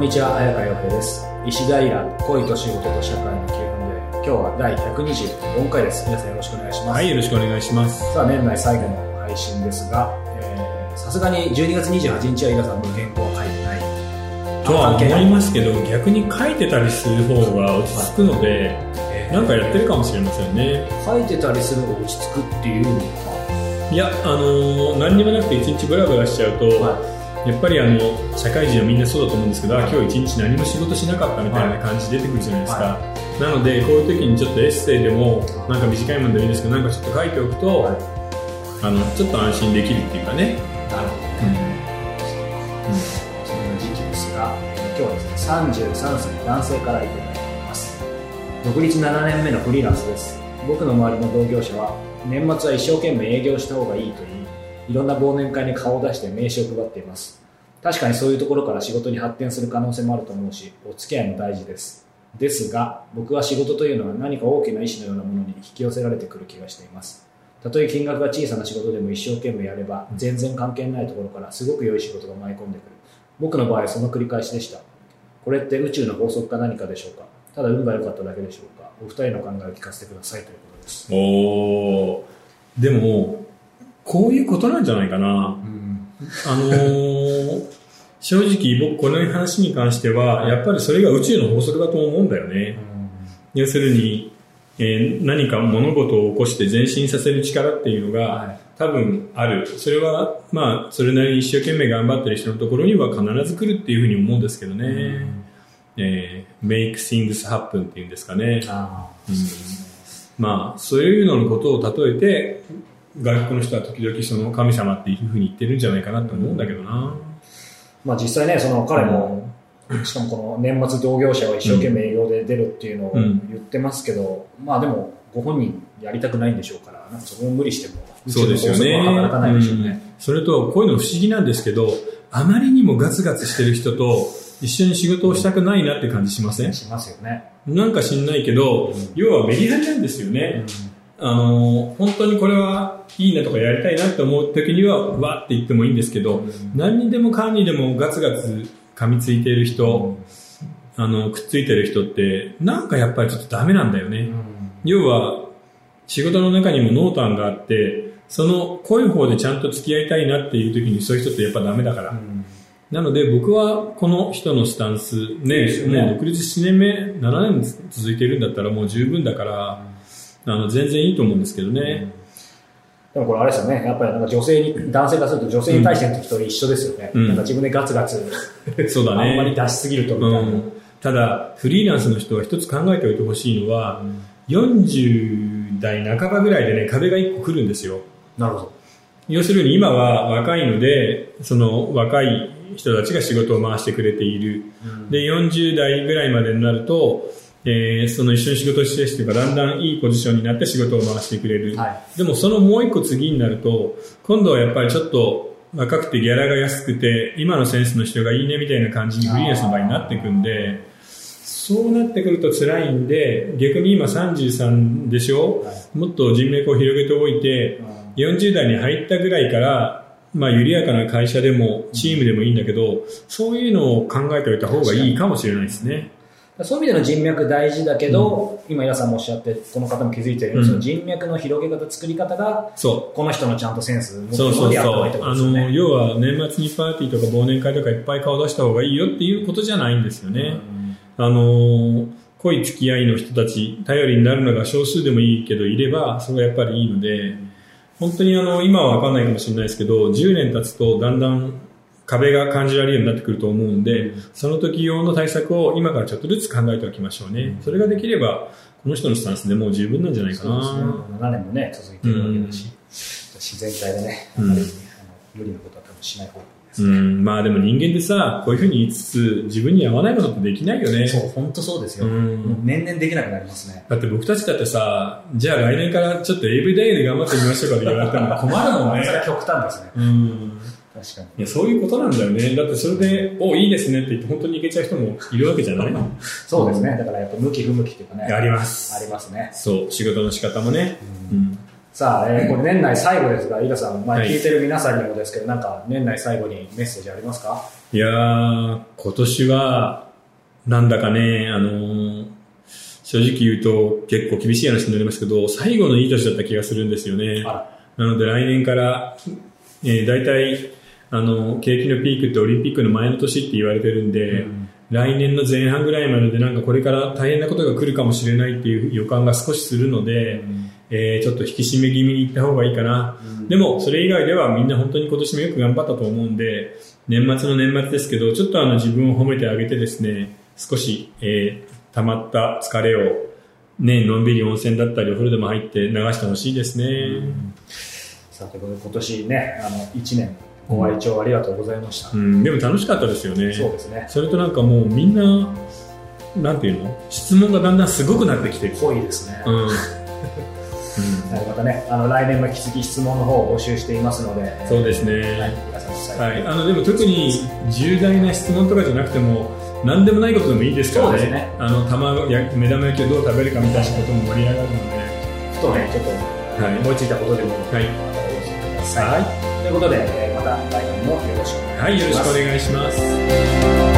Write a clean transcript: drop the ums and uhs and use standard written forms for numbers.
にちは、早川洋平です。石平恋と仕事と社会の基本で、今日は第124回です。皆さんよろしくお願いします。 はい、よろしくお願いします。 さあ、年内最後の配信ですが、さすがに12月28日は皆さんもう原稿は書いてないとは思いますけど、逆に書いてたりする方が落ち着くので、なんかやってるかもしれませんね。 書いてたりするのが落ち着くっていうのか。 いや、何にもなくて一日ブラブラしちゃうと、やっぱり社会人はみんなそうだと思うんですけど、今日一日何も仕事しなかったみたいな感じ出てくるじゃないですか。なのでこういう時にちょっとエッセイでもなんか短いものでもいいんですけど、なんかちょっと書いておくと、ちょっと安心できるっていうかね。 なるほどね。そんな時期ですが、今日はですね、33歳男性からいただいています。独立7年目のフリーランスです。僕の周りの同業者は年末は一生懸命営業した方がいいと言い、いろんな忘年会に顔を出して名刺を配っています。確かにそういうところから仕事に発展する可能性もあると思うし、お付き合いも大事です。ですが、僕は仕事というのは何か大きな意志のようなものに引き寄せられてくる気がしています。たとえ金額が小さな仕事でも一生懸命やれば、全然関係ないところからすごく良い仕事が舞い込んでくる。僕の場合はその繰り返しでした。これって宇宙の法則か何かでしょうか。ただ運が良かっただけでしょうか。お二人の考えを聞かせてくださいということです。 でもこういうことなんじゃないかな。正直僕この話に関してはやっぱりそれが宇宙の法則だと思うんだよね。要するに、何か物事を起こして前進させる力っていうのが、多分ある。それはまあそれなりに一生懸命頑張ってる人のところには必ず来るっていうふうに思うんですけどね。make things happen っていうんですかね。まあそういうののことを例えて外国の人は時々その神様っていうふうに言ってるんじゃないかなと思うんだけどな。 まあ実際ね、その彼も、しかもこの年末同業者は一生懸命営業で出るっていうのを言ってますけど、まあでもご本人やりたくないんでしょうから、なんかそこを無理してもそうですよね。 働かないでしょうね。 それとこういうの不思議なんですけど、あまりにもガツガツしてる人と一緒に仕事をしたくないなって感じしません？ しますよね。 なんか知んないけど、要はメリハリなんですよね。本当にこれはいいなとかやりたいなって思う時にはわって言ってもいいんですけど、何にでもかんにでもガツガツ噛みついている人、くっついてる人ってなんかやっぱりちょっとダメなんだよね。要は仕事の中にも濃淡があって、その濃い方でちゃんと付き合いたいなっていう時にそういう人ってやっぱダメだから、なので僕はこの人のスタンスね、もう独立7年目7年続いてるんだったらもう十分だから、全然いいと思うんですけどね。 でもこれあれですよね、やっぱりなんか男性からすると女性に対しての時と一緒ですよね。なんか自分でガツガツそうだね、 あんまり出しすぎるとみたいな。 ただフリーランスの人は一つ考えておいてほしいのは、40代半ばぐらいでね、壁が1個来るんですよ。 なるほど。要するに今は若いので、その若い人たちが仕事を回してくれている。で、40代ぐらいまでになると、その一緒に仕事をしてる人がだんだんいいポジションになって仕事を回してくれる。でもそのもう一個次になると、今度はやっぱりちょっと若くてギャラが安くて、今のセンスの人がいいねみたいな感じにフリーランスの場合になっていくんで、そうなってくると辛いんで、逆に今33でしょ、もっと人脈を広げておいて、40代に入ったぐらいから、まあ緩やかな会社でもチームでもいいんだけど、そういうのを考えておいた方がいいかもしれないですね。 そういう意味での人脈大事だけど、今皆さんもおっしゃって、この方も気づいているように、その人脈の広げ方、作り方が、この人のちゃんとセンスを持ってもらってやった方がいいってことですよね。 要は年末にパーティーとか忘年会とかいっぱい顔出した方がいいよっていうことじゃないんですよね。濃い付き合いの人たち、頼りになるのが少数でもいいけどいれば、それはやっぱりいいので、本当に今は分かんないかもしれないですけど、10年経つとだんだん壁が感じられるようになってくると思うんで、その時用の対策を今からちょっとずつ考えておきましょうね。それができればこの人のスタンスでもう十分なんじゃないかな。 そうですね、7年もね続いてるわけだし、自然体でね、無理なことは多分しない方がいいですね。 まあでも人間でさ、こういうふうに言いつつ自分に合わないことってできないよね。 そう、本当そうですよ。年々できなくなりますね。 だって僕たちだってさ、じゃあ来年からちょっと AV 大で頑張ってみましょうかって言われても困るもんね。 それは極端ですね。確かに。 いや、そういうことなんだよね。だってそれで、いいですねって言って本当にいけちゃう人もいるわけじゃないの。 そうですね。だからやっぱ向き不向きっていうかね。 あります。 ありますね。 そう、仕事の仕方もね。 さあ、これ年内最後ですが、飯田さん、聞いてる皆さんにもですけど、なんか年内最後にメッセージありますか？ いやー、今年は、なんだかね、正直言うと結構厳しい話になりますけど、最後のいい年だった気がするんですよね。なので来年から、だいたい、景気のピークってオリンピックの前の年って言われてるんで、来年の前半ぐらいまででなんかこれから大変なことが来るかもしれないっていう予感が少しするので、ちょっと引き締め気味にいった方がいいかな。でも、それ以外ではみんな本当に今年もよく頑張ったと思うんで、年末の年末ですけど、ちょっと自分を褒めてあげてですね、少し、溜まった疲れを、ね、のんびり温泉だったりお風呂でも入って流してほしいですね。 さあ、ということで今年ね、1年ご愛聴ありがとうございました。 でも楽しかったですよね。 そうですね。 それとなんかもうみんな、なんていうの？質問がだんだんすごくなってきてる。 濃いですね。またね、来年も引き続き質問の方を募集していますので。 そうですね。はい。でも特に重大な質問とかじゃなくても、何でもないことでもいいですからね。 そうですね。 目玉焼きをどう食べるかみたいなことも盛り上がるので。 ふとね、ちょっと思いついたことでも、 はい。 ということで、また来年もよろしくお願いします。 はい、よろしくお願いします。